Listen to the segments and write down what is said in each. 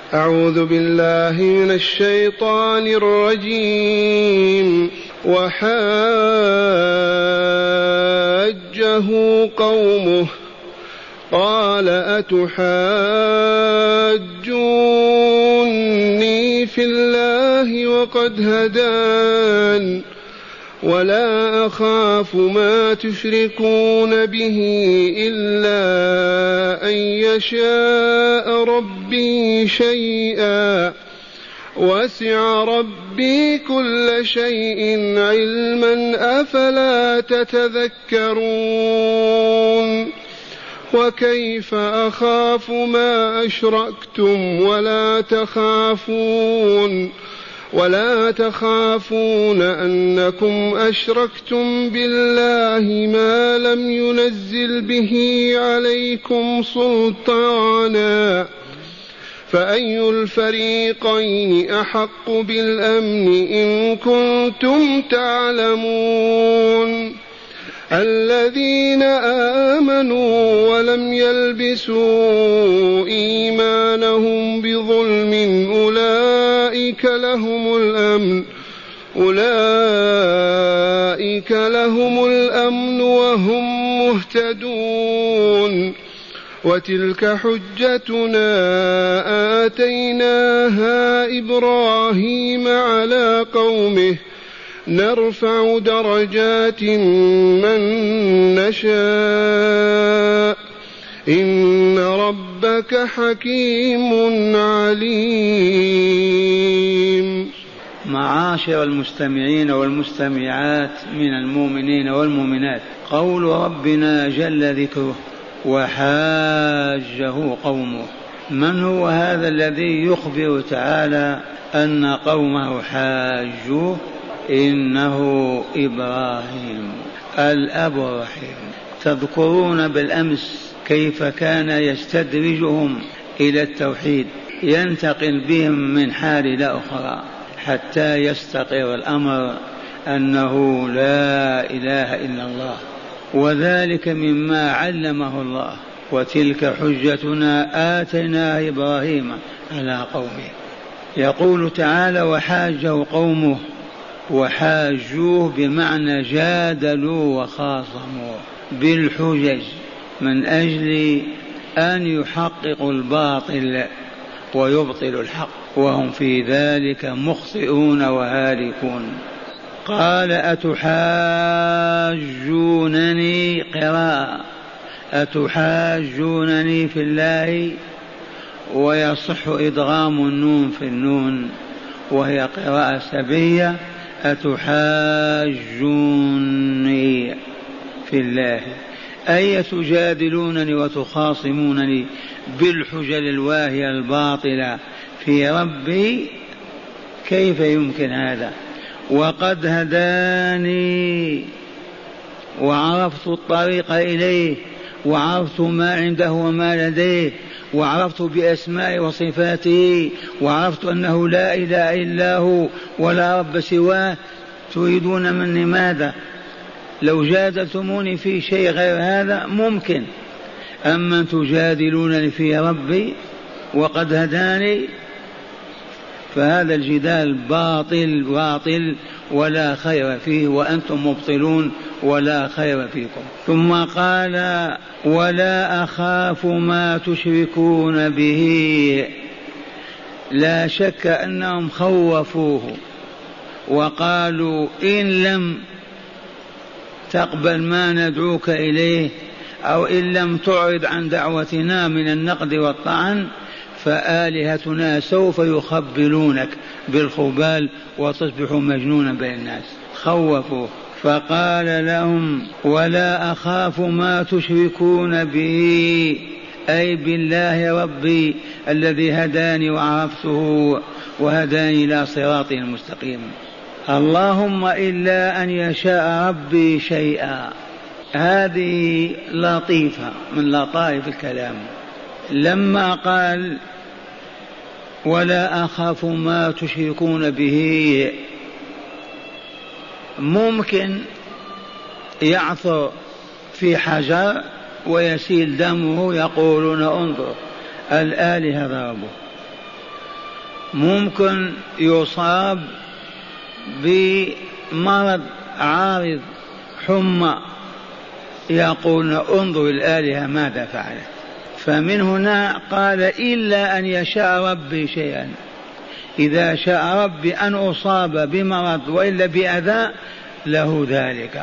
أعوذ بالله من الشيطان الرجيم. وحاجه قومه قال أتحاجوني في الله وقد هدان ولا أخاف ما تشركون به إلا أن يشاء ربي شيئا وسع ربي كل شيء علما أفلا تتذكرون وكيف أخاف ما أشركتم ولا تخافون أنكم أشركتم بالله ما لم ينزل به عليكم سلطانا فأي الفريقين أحق بالأمن إن كنتم تعلمون الذين آمنوا ولم يلبسوا إيمانهم بظلم أولئك لهم الأمن وهم مهتدون وتلك حجتنا آتيناها إبراهيم على قومه نرفع درجات من نشاء إن ربك حكيم عليم. معاشر المستمعين والمستمعات من المؤمنين والمؤمنات، قول ربنا جل ذكره وحاجه قومه. من هو هذا الذي يخبر تعالى أن قومه حاجوه؟ إنه إبراهيم الأب الرحيم. تذكرون بالأمس كيف كان يستدرجهم إلى التوحيد، ينتقل بهم من حال إلى أخرى حتى يستقر الأمر أنه لا إله إلا الله، وذلك مما علمه الله. وتلك حجتنا آتيناها إبراهيم على قومه. يقول تعالى وحاجه قومه، وحاجوه بمعنى جادلوا وخاصموا بالحجج من أجل أن يحققوا الباطل ويبطلوا الحق، وهم في ذلك مخطئون وهالكون. قال أتحاجونني، قراءة أتحاجونني في الله، ويصح إدغام النون في النون وهي قراءة سبية. أتحاجوني في الله أي تجادلونني وتخاصمونني بالحجج الواهية الباطلة في ربي، كيف يمكن هذا؟ وقد هداني وعرفت الطريق إليه، وعرفت ما عنده وما لديه، وعرفت بأسماء وصفاته، وعرفت أنه لا إله إلا هو ولا رب سواه. تريدون مني ماذا؟ لو جادلتموني في شيء غير هذا ممكن، أما تجادلونني في ربي وقد هداني، فهذا الجدال باطل ولا خير فيه، وأنتم مبطلون ولا خير فيكم. ثم قال ولا أخاف ما تشركون به. لا شك أنهم خوفوه وقالوا إن لم تقبل ما ندعوك إليه أو إن لم تعرض عن دعوتنا من النقد والطعن فآلهتنا سوف يخبلونك بالخبال وتصبح مجنونا بين الناس. خوفوه. فقال لهم ولا أخاف ما تشركون به، أي بالله ربي الذي هداني وعرفته وهداني إلى صراط المستقيم. اللهم إلا أن يشاء ربي شيئا. هذه لطيفة من لطائف الكلام. لما قال ولا أخاف ما تشركون به، ممكن يعثر في حجر ويسيل دمه، يقولون انظر الآلهة ضربوا، ممكن يصاب بمرض عارض حمى، يقول انظر الآلهة ماذا فعلت. فمن هنا قال إلا أن يشاء ربي شيئا، إذا شاء ربي أن أصاب بمرض وإلا بأذى له ذلك.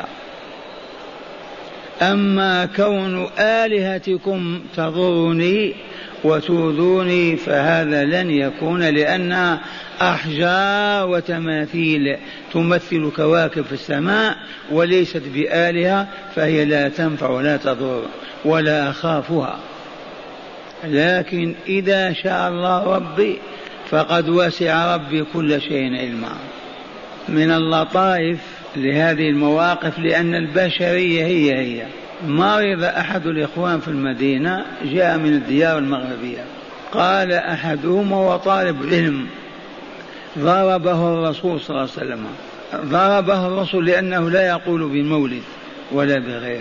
أما كون آلهتكم تضرني وتؤذوني فهذا لن يكون، لأنها أحجار وتماثيل تمثل كواكب في السماء وليست بآلهة، فهي لا تنفع ولا تضر ولا أخافها. لكن إذا شاء الله ربي فقد وسع ربي كل شيء علما. من اللطائف لهذه المواقف، لأن البشرية هي مرض أحد الإخوان في المدينة، جاء من الديار المغربية، قال أحدهم وطالب علم ضربه الرسول صلى الله عليه وسلم، ضربه الرسول لأنه لا يقول بمولد ولا بغيره.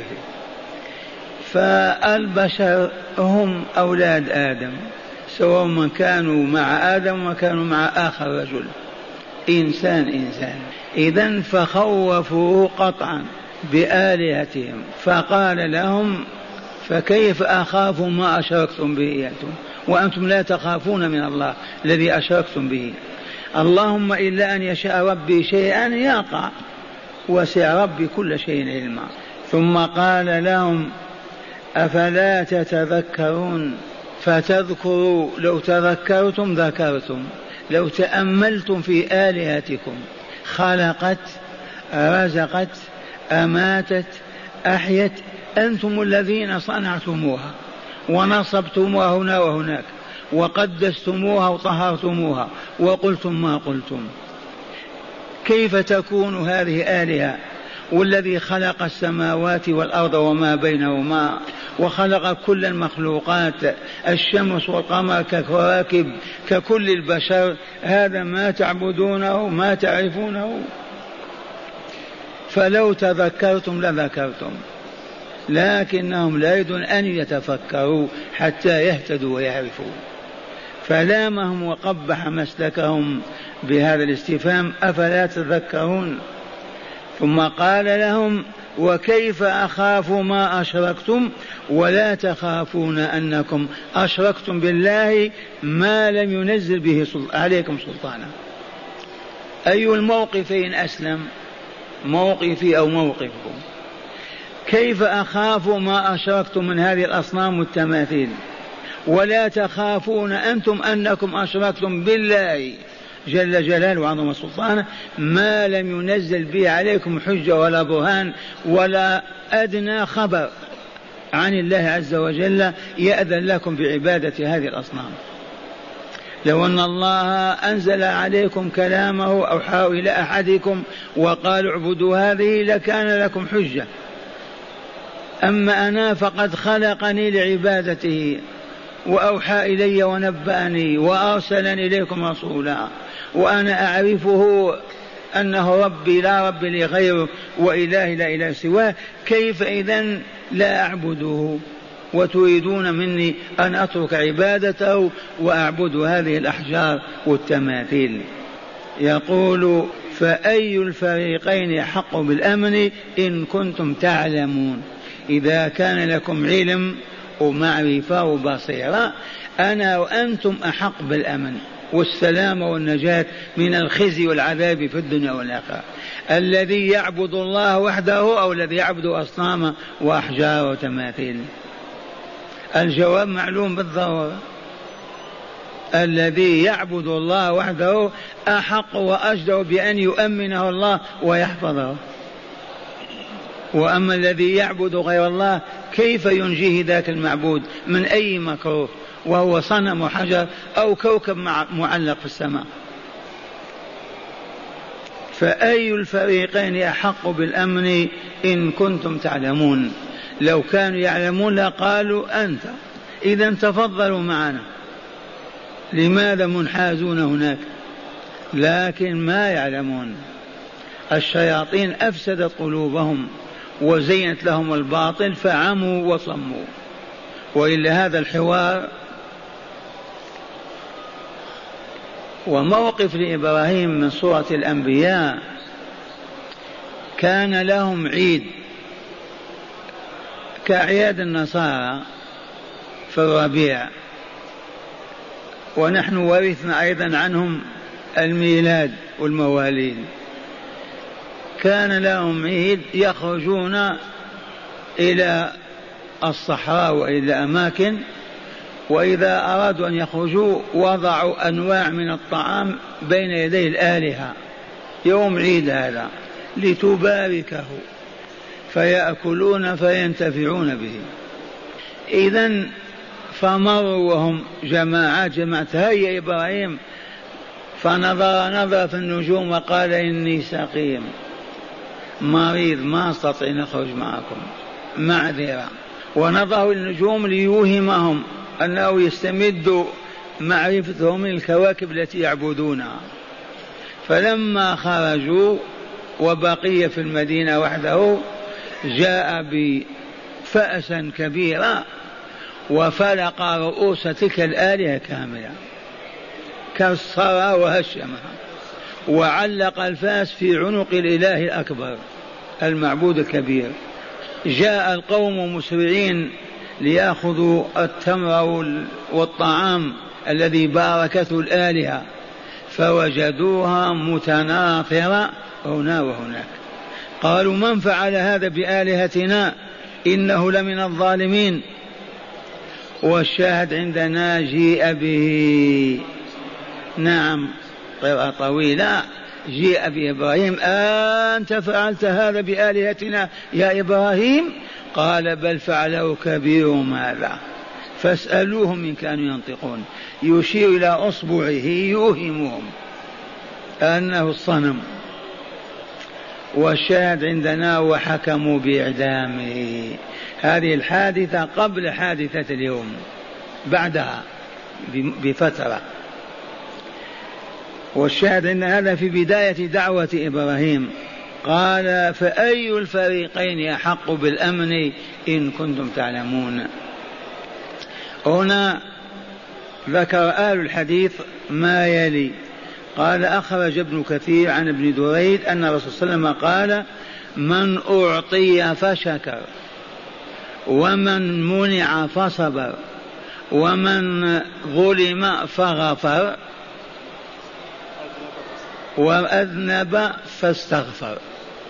فالبشر هم أولاد آدم، سواء من كانوا مع آدم وكانوا مع آخر رجل، إنسان. إذن فخوفوه قطعا بآلهتهم، فقال لهم فكيف أخاف ما أشركتم به أنتم وأنتم لا تخافون من الله الذي أشركتم به. اللهم إلا أن يشاء ربي شيئا يقع، وسع ربي كل شيء علما. ثم قال لهم أفلا تتذكرون فتذكروا، لو تذكرتم ذكرتم، لو تأملتم في آلهتكم خلقت رزقت أماتت أحيت، أنتم الذين صنعتموها ونصبتموها هنا وهناك وقدستموها وطهرتموها وقلتم ما قلتم، كيف تكون هذه آلهة؟ والذي خلق السماوات والأرض وما بينهما وخلق كل المخلوقات، الشمس والقمر ككواكب ككل البشر، هذا ما تعبدونه ما تعرفونه. فلو تذكرتم لذكرتم، لكنهم لا يريدون أن يتفكروا حتى يهتدوا ويعرفوا. فلامهم وقبح مسلكهم بهذا الاستفهام أفلا تذكرون. ثم قال لهم وكيف أخاف ما أشركتم ولا تخافون أنكم أشركتم بالله ما لم ينزل به عليكم سلطانا. أي الموقفين أسلم، موقفي أو موقفكم؟ كيف أخاف ما أشركتم من هذه الأصنام والتماثيل ولا تخافون أنتم أنكم أشركتم بالله جل جلاله وعظم سلطانه ما لم ينزل به عليكم حجة ولا برهان ولا أدنى خبر عن الله عز وجل يأذن لكم بعبادة هذه الأصنام. لو أن الله أنزل عليكم كلامه أوحى إلى أحدكم وقال اعبدوا هذه لكان لكم حجة. أما أنا فقد خلقني لعبادته وأوحى إلي ونبأني وأرسلني إليكم رسولا، وأنا أعرفه أنه ربي لا رب لي غيره وإله لا إله سواه، كيف إذن لا أعبده وتريدون مني أن أترك عبادته وأعبد هذه الأحجار والتماثيل؟ يقول فأي الفريقين أحق بالأمن إن كنتم تعلمون. إذا كان لكم علم ومعرفة وبصيرة أنا وأنتم أحق بالأمن والسلام والنجاة من الخزي والعذاب في الدنيا والآخرة. الذي يعبد الله وحده أو الذي يعبد أصنام وأحجار وتماثيل؟ الجواب معلوم بالضرورة، الذي يعبد الله وحده أحق وأجدر بأن يؤمنه الله ويحفظه. وأما الذي يعبد غير الله كيف ينجيه ذاك المعبود من أي مكروه وهو صنم وحجر أو كوكب معلق في السماء؟ فأي الفريقين أحق بالأمن إن كنتم تعلمون. لو كانوا يعلمون لقالوا أنت، إذا تفضلوا معنا، لماذا منحازون هناك؟ لكن ما يعلمون. الشياطين أفسدت قلوبهم وزينت لهم الباطل فعموا وصموا. وإلا هذا الحوار وموقف لإبراهيم من سورة الأنبياء. كان لهم عيد كأعياد النصارى في الربيع، ونحن ورثنا أيضا عنهم الميلاد والمواليد. كان لهم عيد يخرجون إلى الصحراء وإلى أماكن، وإذا أرادوا أن يخرجوا وضعوا أنواع من الطعام بين يدي الآلهة يوم عيد هذا لتباركه، فيأكلون فينتفعون به. إذن فمروا وهم جماعة هيا إبراهيم، فنظر في النجوم وقال إني سقيم مريض ما أستطيع نخرج معكم معذرة. ونظروا النجوم ليوهمهم أنه يستمد معرفتهم من الكواكب التي يعبدونها. فلما خرجوا وبقي في المدينة وحده جاء بفأسا كبيرا وفلق رؤوس تلك الآلهة كاملة، كسرها وهشمها، وعلق الفاس في عنق الإله الأكبر المعبود الكبير. جاء القوم مسرعين ليأخذوا التمر والطعام الذي باركته الآلهة، فوجدوها متناثرة هنا وهناك. قالوا من فعل هذا بآلهتنا إنه لمن الظالمين. والشاهد عندنا جيء به، نعم قراءة طويلة، جيء بإبراهيم أنت فعلت هذا بآلهتنا يا إبراهيم؟ قال بل فعله كبيرهم هذا فاسألوهم إن كانوا ينطقون. يشير إلى أصبعه يوهمهم أنه الصنم. والشاهد عندنا وحكموا بإعدامه. هذه الحادثة قبل حادثة اليوم، بعدها بفترة. والشاهد أن هذا في بداية دعوة إبراهيم. قال فأي الفريقين أحق بالأمن إن كنتم تعلمون. هنا ذكر آل الحديث ما يلي. قال أخرج ابن كثير عن ابن دريد أن الرسول صلى الله عليه وسلم قال من أعطي فشكر، ومن منع فصبر، ومن ظلم فغفر، وأذنب فاستغفر.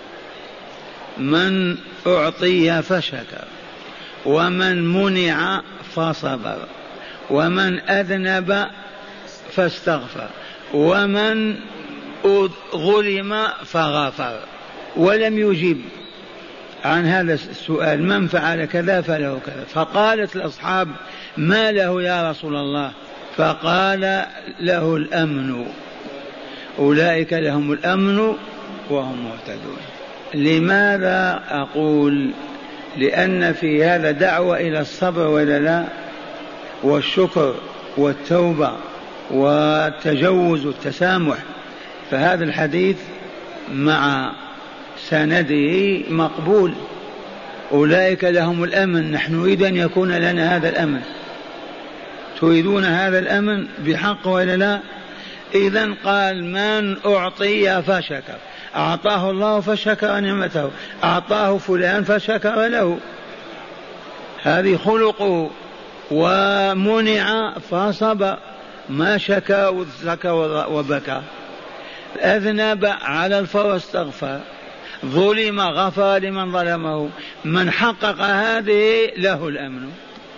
من أعطي فشكر، ومن منع فصبر، ومن أذنب فاستغفر، ومن ظلم فغفر. ولم يجب عن هذا السؤال من فعل كذا فله كذا. فقالت الأصحاب ما له يا رسول الله؟ فقال له الأمن، أولئك لهم الأمن وهم مهتدون. لماذا أقول؟ لأن في هذا دعوة إلى الصبر ولا لا، والشكر والتوبة والتجوز والتسامح. فهذا الحديث مع سنده مقبول. أولئك لهم الأمن. نحن نريد أن يكون لنا هذا الأمن. تريدون هذا الأمن بحق ولا لا؟ إذن قال من أعطي فشكر، أعطاه الله فشكر نعمته، أعطاه فلان فشكر له، هذه خلقه. ومنع فصبر، ما شكى وزكى وبكى. أذنب على الفور واستغفر، ظلم غفر لمن ظلمه. من حقق هذه له الأمن،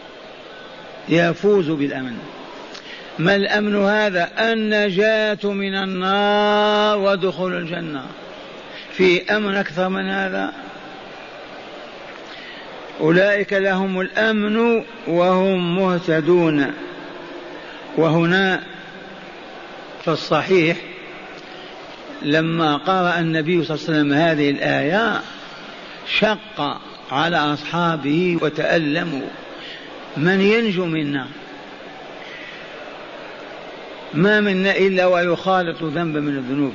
يفوز بالأمن. ما الأمن هذا؟ النجاة من النار ودخول الجنة. في أمن أكثر من هذا؟ أولئك لهم الأمن وهم مهتدون. وهنا في الصحيح لما قرأ النبي صلى الله عليه وسلم هذه الآية شق على أصحابه وتألموا. من ينجو منا؟ ما منا إلا ويخالط ذنب من الذنوب.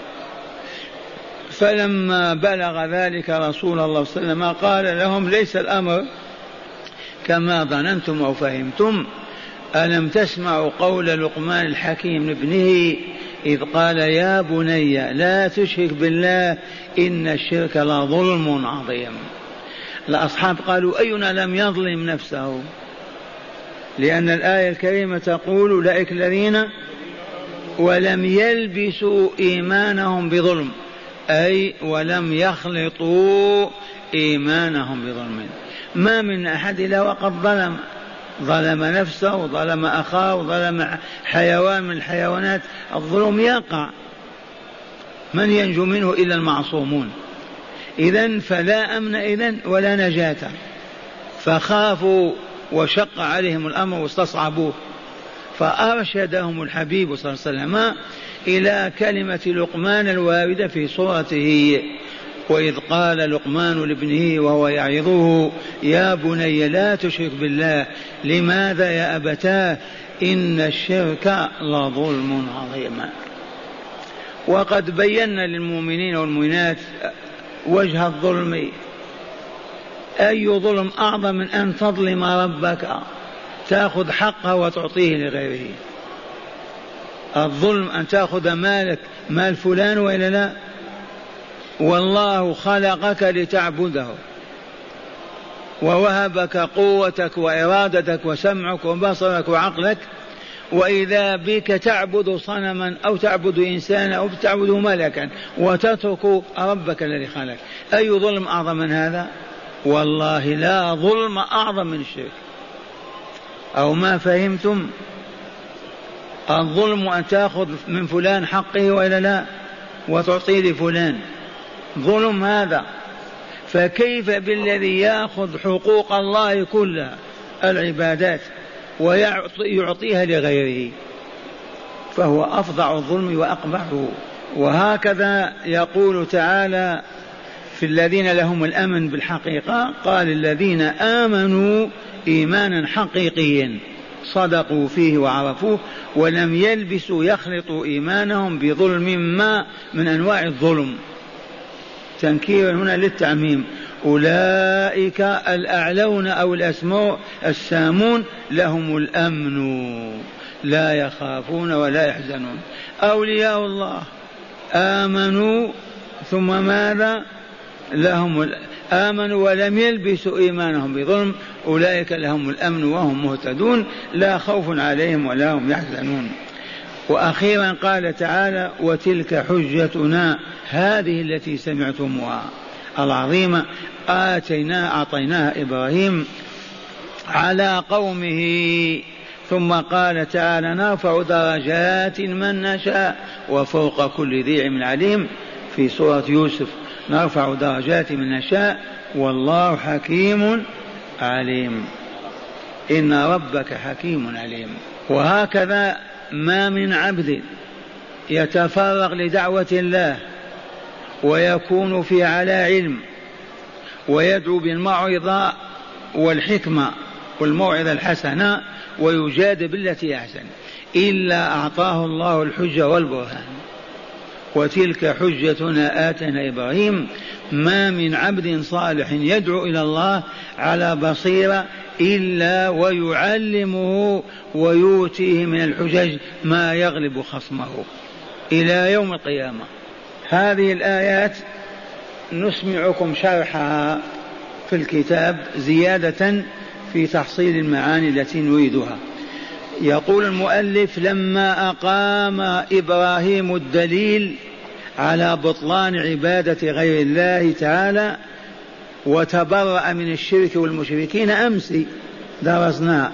فلما بلغ ذلك رسول الله صلى الله عليه وسلم قال لهم ليس الأمر كما ظننتم أو فهمتم. ألم تسمعوا قول لقمان الحكيم لابنه إذ قال يا بني لا تشرك بالله إن الشرك لظلم عظيم. الأصحاب قالوا أينا لم يظلم نفسه، لأن الآية الكريمة تقول أولئك الذين ولم يلبسوا إيمانهم بظلم، أي ولم يخلطوا إيمانهم بظلم. ما من أحد إلا وقد ظلم نفسه، ظلم أخاه، ظلم حيوان من الحيوانات. الظلم يقع، من ينجو منه إلا المعصومون. إذن فلا أمن إذن ولا نجاة، فخافوا وشق عليهم الأمر واستصعبوه، فأرشدهم الحبيب صلى الله عليه وسلم إلى كلمة لقمان الواردة في سورته: وإذ قال لقمان لابنه وهو يعظه يا بني لا تشرك بالله. لماذا يا أبتاه؟ إن الشرك لظلم عظيم. وقد بينا للمؤمنين والمؤمنات وجه الظلم. أي ظلم أعظم من أن تظلم ربك، تأخذ حقه وتعطيه لغيره؟ الظلم أن تأخذ مالك، مال فلان وإلا لا؟ والله خلقك لتعبده، ووهبك قوتك وإرادتك وسمعك وبصرك وعقلك، وإذا بك تعبد صنما أو تعبد إنسانا أو تعبد ملكا وتترك ربك الذي خلق. أي ظلم أعظم من هذا؟ والله لا ظلم أعظم من الشرك. أو ما فهمتم؟ الظلم أن تأخذ من فلان حقه وإلا لا وتعطيه لفلان، ظلم هذا. فكيف بالذي يأخذ حقوق الله كلها العبادات ويعطيها لغيره؟ فهو أفظع الظلم وأقبحه. وهكذا يقول تعالى في الذين لهم الأمن بالحقيقة: قال الذين آمنوا إيمانا حقيقيا صدقوا فيه وعرفوه ولم يلبسوا يخلطوا إيمانهم بظلم ما من أنواع الظلم. تنكير هنا للتعميم. أولئك الأعلون أو الأسماء السامون لهم الأمن لا يخافون ولا يحزنون. أولياء الله آمنوا ثم ماذا؟ لهم آمنوا ولم يلبسوا إيمانهم بظلم أولئك لهم الأمن وهم مهتدون لا خوف عليهم ولا هم يحزنون. وأخيرا قال تعالى: وتلك حجتنا هذه التي سمعتموها العظيمة أعطيناها إبراهيم على قومه. ثم قال تعالى: نرفع درجات من نشاء وفوق كل ذي علم عليم في سورة يوسف: نرفع درجات من نشاء والله حكيم عليم. إن ربك حكيم عليم. وهكذا ما من عبد يتفرغ لدعوة الله ويكون في على علم ويدعو بالموعظة والحكمة والموعظة الحسنة ويجاد بالتي أحسن إلا أعطاه الله الحجة والبرهان. وتلك حجتنا آتنا إبراهيم. ما من عبد صالح يدعو إلى الله على بصيرة إلا ويعلمه ويؤتيه من الحجج ما يغلب خصمه إلى يوم القيامة. هذه الآيات نسمعكم شرحها في الكتاب زيادة في تحصيل المعاني التي نريدها. يقول المؤلف: لما أقام إبراهيم الدليل على بطلان عبادة غير الله تعالى وتبرأ من الشرك والمشركين أمس درسنا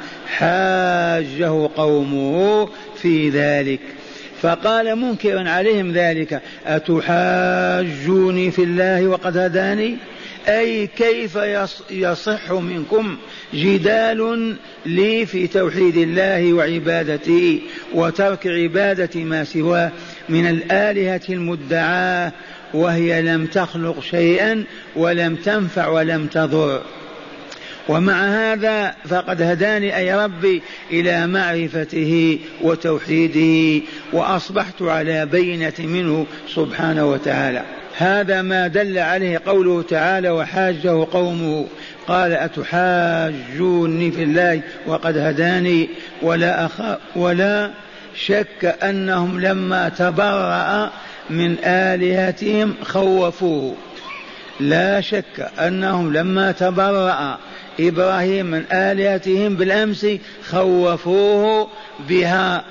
حاجه قومه في ذلك، فقال منكرا عليهم ذلك: أتحاجوني في الله وقد هداني؟ أي كيف يصح منكم جدال لي في توحيد الله وعبادته وترك عبادة ما سواه من الآلهة المدعاة وهي لم تخلق شيئا ولم تنفع ولم تضر. ومع هذا فقد هداني أي ربي إلى معرفته وتوحيده وأصبحت على بينة منه سبحانه وتعالى. هذا ما دل عليه قوله تعالى: وحاجه قومه. قال: أتحاجوني في الله وقد هداني ولا شك أنهم لما تبرأ من آلهتهم خوفوه. لا شك أنهم لما تبرأ إبراهيم من آلهتهم بالأمس خوفوه بها،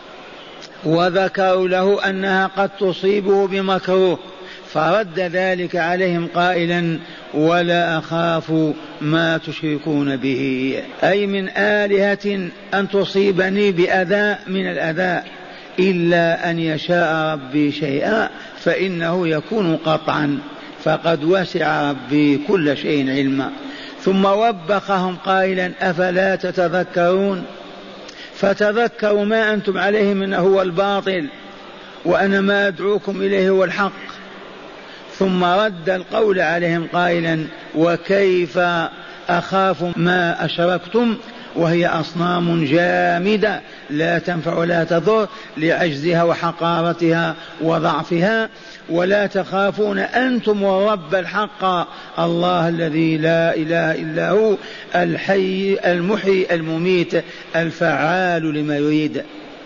وذكروا له أنها قد تصيبه بمكروه، فرد ذلك عليهم قائلا: ولا أخاف ما تشركون به، أي من آلهة أن تصيبني بأذى من الأذى، إلا أن يشاء ربي شيئا فإنه يكون قطعا، فقد وسع ربي كل شيء علما. ثم وبخهم قائلا: أفلا تتذكرون؟ فتذكروا ما أنتم عليه من هو الباطل، وأنا ما أدعوكم إليه هو الحق. ثم رد القول عليهم قائلا: وكيف أخاف ما أشركتم وهي أصنام جامدة لا تنفع ولا تضر لعجزها وحقارتها وضعفها، ولا تخافون أنتم والرب الحق الله الذي لا إله إلا هو الحي المحيي المميت الفعال لما يريد،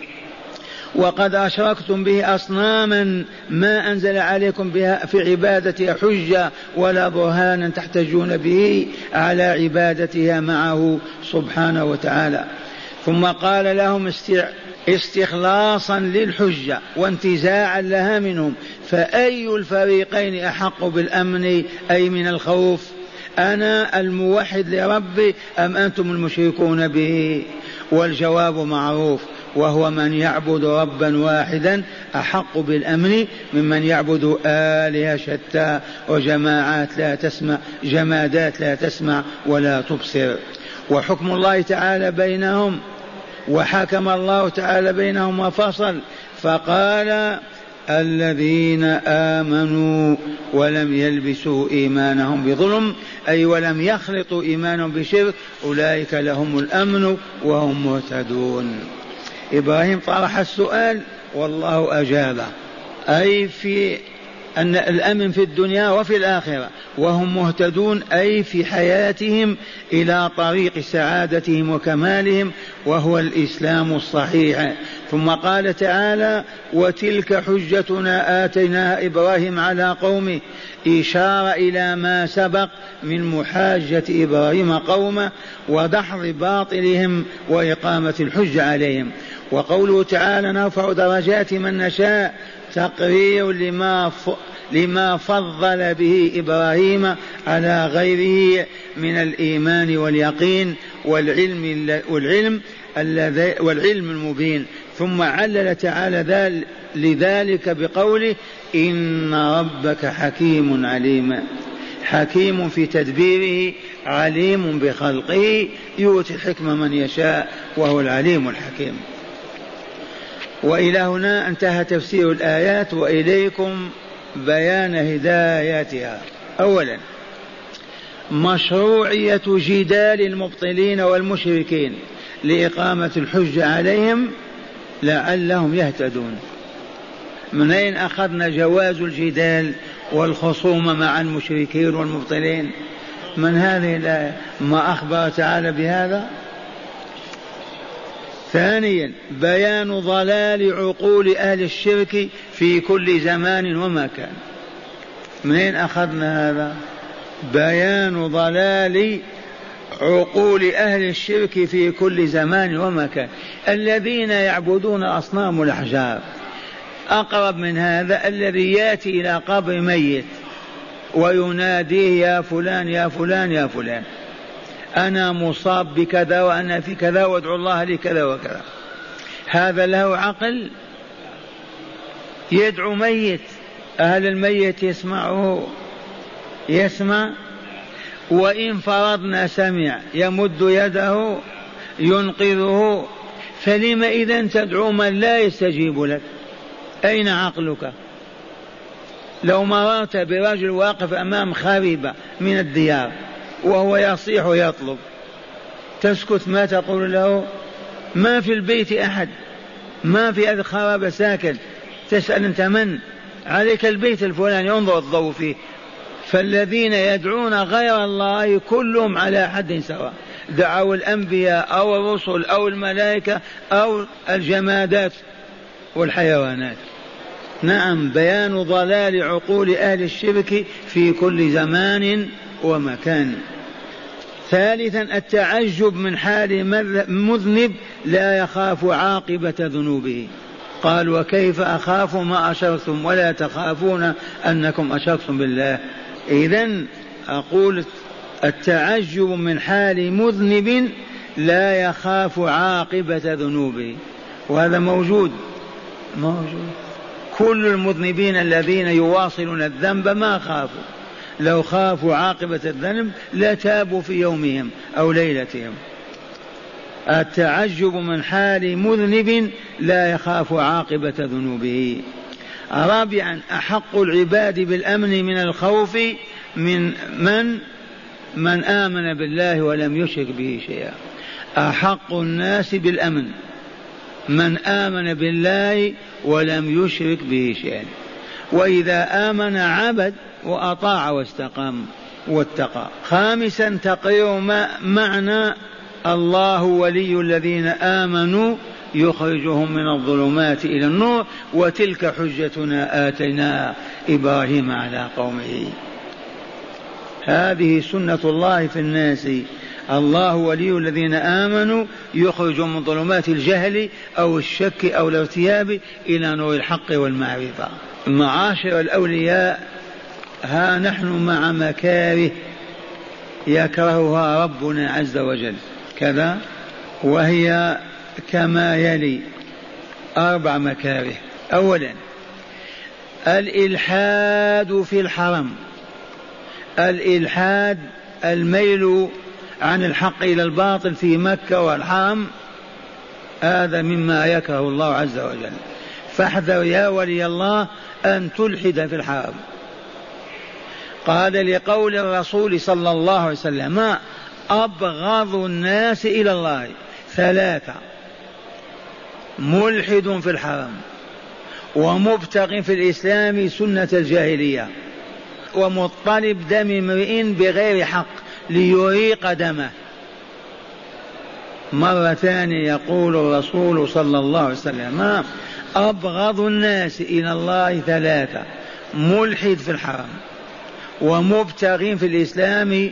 وقد أشركتم به أصناما ما أنزل عليكم بها في عبادتها حجة ولا برهانا تحتجون به على عبادتها معه سبحانه وتعالى. ثم قال لهم استخلاصا للحجة وانتزاعا لها منهم: فأي الفريقين أحق بالأمن أي من الخوف؟ أنا الموحد لربي أم أنتم المشركون به؟ والجواب معروف، وهو من يعبد ربا واحدا أحق بالأمن ممن يعبد آلهة شتى وجماعات لا تسمع، جمادات لا تسمع ولا تبصر. وحكم الله تعالى بينهم، وحكم الله تعالى بينهم وفصل، فقال: الذين آمنوا ولم يلبسوا إيمانهم بظلم، أي ولم يخلطوا إيمانهم بشرك، أولئك لهم الأمن وهم مهتدون. إبراهيم طرح السؤال والله أجابه، أي في أن الأمن في الدنيا وفي الآخرة، وهم مهتدون أي في حياتهم إلى طريق سعادتهم وكمالهم، وهو الإسلام الصحيح. ثم قال تعالى: وتلك حجتنا آتيناها إبراهيم على قومه، إشارة إلى ما سبق من محاجة إبراهيم قومه ودحض باطلهم وإقامة الحجة عليهم. وقوله تعالى: نرفع درجات من نشاء، تقرير لما فضل به إبراهيم على غيره من الإيمان واليقين والعلم المبين. ثم علل تعالى لذلك بقوله: إن ربك حكيم عليم، حكيم في تدبيره، عليم بخلقه، يؤتي الحكمة من يشاء وهو العليم الحكيم. وإلى هنا انتهى تفسير الآيات، وإليكم بيان هداياتها. أولا، مشروعية جدال المبطلين والمشركين لإقامة الحجة عليهم لعلهم يهتدون. من أين أخذنا جواز الجدال والخصومة مع المشركين والمبطلين؟ من هذه الآية، ما أخبر تعالى بهذا. ثانيا، بيان ضلال عقول أهل الشرك في كل زمان ومكان. منين أخذنا هذا؟ بيان ضلال عقول أهل الشرك في كل زمان ومكان، الذين يعبدون أصنام الأحجار. أقرب من هذا الذي يأتي إلى قبر ميت ويناديه: يا فلان يا فلان يا فلان، أنا مصاب بكذا وأنا في كذا وادعو الله لي كذا وكذا. هذا له عقل؟ يدعو ميت، أهل الميت يسمعه؟ يسمع؟ وإن فرضنا سمع يمد يده ينقذه، فلم إذن تدعو من لا يستجيب لك؟ أين عقلك؟ لو مررت برجل واقف أمام خريبة من الديار وهو يصيح ويطلب، تسكت؟ ما تقول له؟ ما في البيت أحد، ما في هذه الخرابة ساكن، تسأل أنت من؟ عليك البيت الفلاني انظر الضوء فيه. فالذين يدعون غير الله كلهم على حد سواء، دعوا الأنبياء أو الرسل أو الملائكة أو الجمادات والحيوانات. نعم، بيان ضلال عقول أهل الشرك في كل زمان ومكان. ثالثا التعجب من حال مذنب لا يخاف عاقبة ذنوبه. قال وكيف أخاف ما أشركتم ولا تخافون أنكم أشركتم بالله. إذن أقول التعجب من حال مذنب لا يخاف عاقبة ذنوبه، وهذا موجود. كل المذنبين الذين يواصلون الذنب ما خافوا، لو خافوا عاقبة الذنب لتابوا في يومهم أو ليلتهم. التعجب من حال مذنب لا يخاف عاقبة ذنوبه. رابعا أحق العباد بالأمن من الخوف من آمن بالله ولم يشرك به شيئا. أحق الناس بالأمن من آمن بالله ولم يشرك به شيئا، وإذا آمن عبد وأطاع واستقام واتقى. خامسا تقرير معنى الله ولي الذين آمنوا يخرجهم من الظلمات إلى النور وتلك حجتنا آتيناها إبراهيم على قومه. هذه سنة الله في الناس، الله ولي الذين آمنوا يخرجهم من ظلمات الجهل أو الشك أو الارتياب إلى نور الحق والمعرفة. معاشر الأولياء، ها نحن مع مكاره يكرهها ربنا عز وجل كذا، وهي كما يلي 4 مكاره. أولا الإلحاد في الحرم. الإلحاد الميل عن الحق إلى الباطل في مكة والحرم، هذا مما يكره الله عز وجل. فاحذر يا ولي الله أن تلحد في الحرم. قال لقول الرسول صلى الله عليه وسلم أبغض الناس إلى الله 3: ملحد في الحرم، ومبتغ في الإسلام سنة الجاهلية، ومطلب دم امرئ بغير حق ليريق دمه. مرة ثانية يقول الرسول صلى الله عليه وسلم أبغض الناس إلى الله 3: ملحد في الحرم، ومبتغ في الإسلام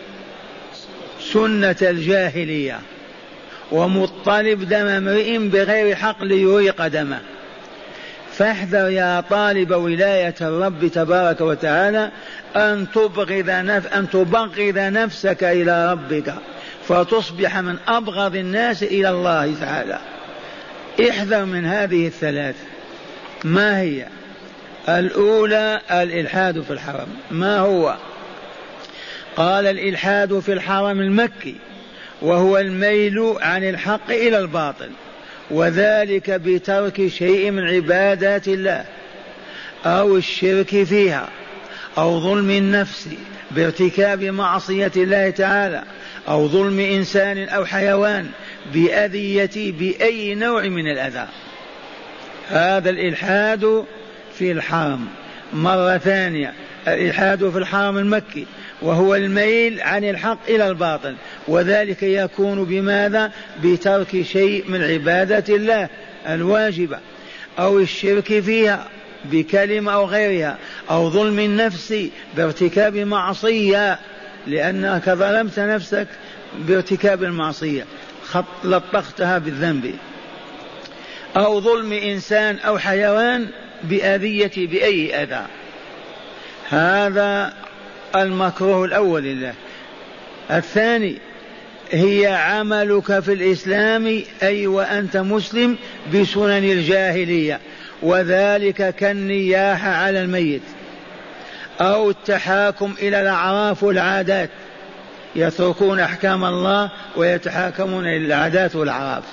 سنة الجاهلية، ومطلب دم امرئ بغير حق ليريق دمه. فاحذر يا طالب ولاية الرب تبارك وتعالى أن تبغض نفسك إلى ربك فتصبح من أبغض الناس إلى الله تعالى. احذر من هذه 3. ما هي؟ الأولى الإلحاد في الحرم. ما هو؟ قال الإلحاد في الحرم المكي وهو الميل عن الحق إلى الباطل، وذلك بترك شيء من عبادات الله أو الشرك فيها أو ظلم النفس بارتكاب معصية الله تعالى أو ظلم إنسان أو حيوان بأذية بأي نوع من الأذى. هذا الإلحاد في الحرم. مرة ثانية الإلحاد في الحرم المكي وهو الميل عن الحق إلى الباطل، وذلك يكون بماذا؟ بترك شيء من عبادة الله الواجبة أو الشرك فيها بكلمة أو غيرها أو ظلم النفس بارتكاب معصية لأنك ظلمت نفسك بارتكاب المعصية لطختها بالذنب، أو ظلم إنسان أو حيوان بأذية بأي أذى. هذا المكروه الأول لله. الثاني هي عملك في الإسلام أي وأنت مسلم بسنن الجاهلية، وذلك كالنياحة على الميت أو التحاكم إلى الأعراف والعادات، يتركون أحكام الله ويتحاكمون إلى العادات والأعراف،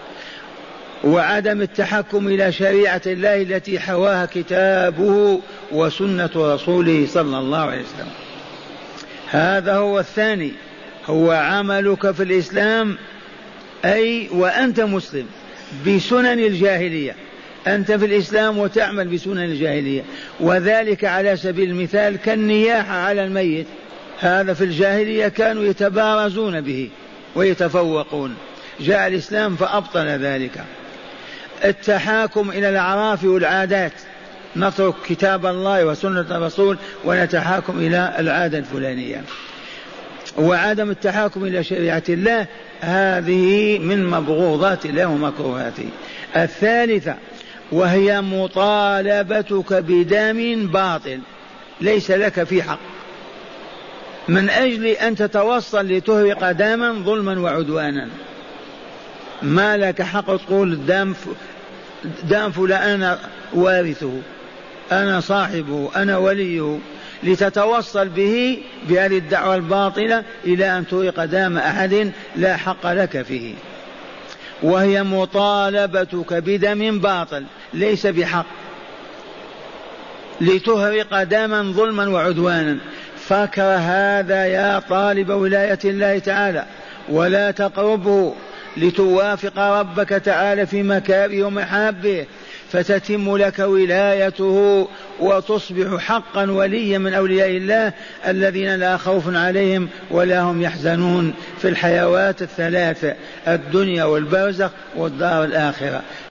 وعدم التحكم إلى شريعة الله التي حواها كتابه وسنة رسوله صلى الله عليه وسلم. هذا هو الثاني، هو عملك في الإسلام أي وأنت مسلم بسنن الجاهلية. أنت في الإسلام وتعمل بسنن الجاهلية، وذلك على سبيل المثال كالنياحة على الميت. هذا في الجاهلية كانوا يتبارزون به ويتفوقون، جاء الإسلام فأبطل ذلك. التحاكم إلى الأعراف والعادات، نترك كتاب الله وسنة الرسول ونتحاكم إلى العادة الفلانية. وعدم التحاكم إلى شريعة الله هذه من مبغوضات الله ومكروهاته. الثالثة وهي مطالبتك بدم باطل ليس لك في حق، من أجل أن تتوصل لتهرق دما ظلما وعدوانا، ما لك حق تقول دم فلان أنا وارثه، أنا صاحبه، أنا وليه، لتتوصل به بهذه الدعوة الباطلة إلى أن تهرق دم أحد لا حق لك فيه. وهي مطالبتك بدم باطل ليس بحق لتهرق دما ظلما وعدوانا. فاكره هذا يا طالب ولاية الله تعالى، ولا تقربه لتوافق ربك تعالى في مكاره ومحابه، فتتم لك ولايته وتصبح حقا وليا من أولياء الله الذين لا خوف عليهم ولا هم يحزنون في الحيوات الثلاث، الدنيا والبرزخ والدار الآخرة.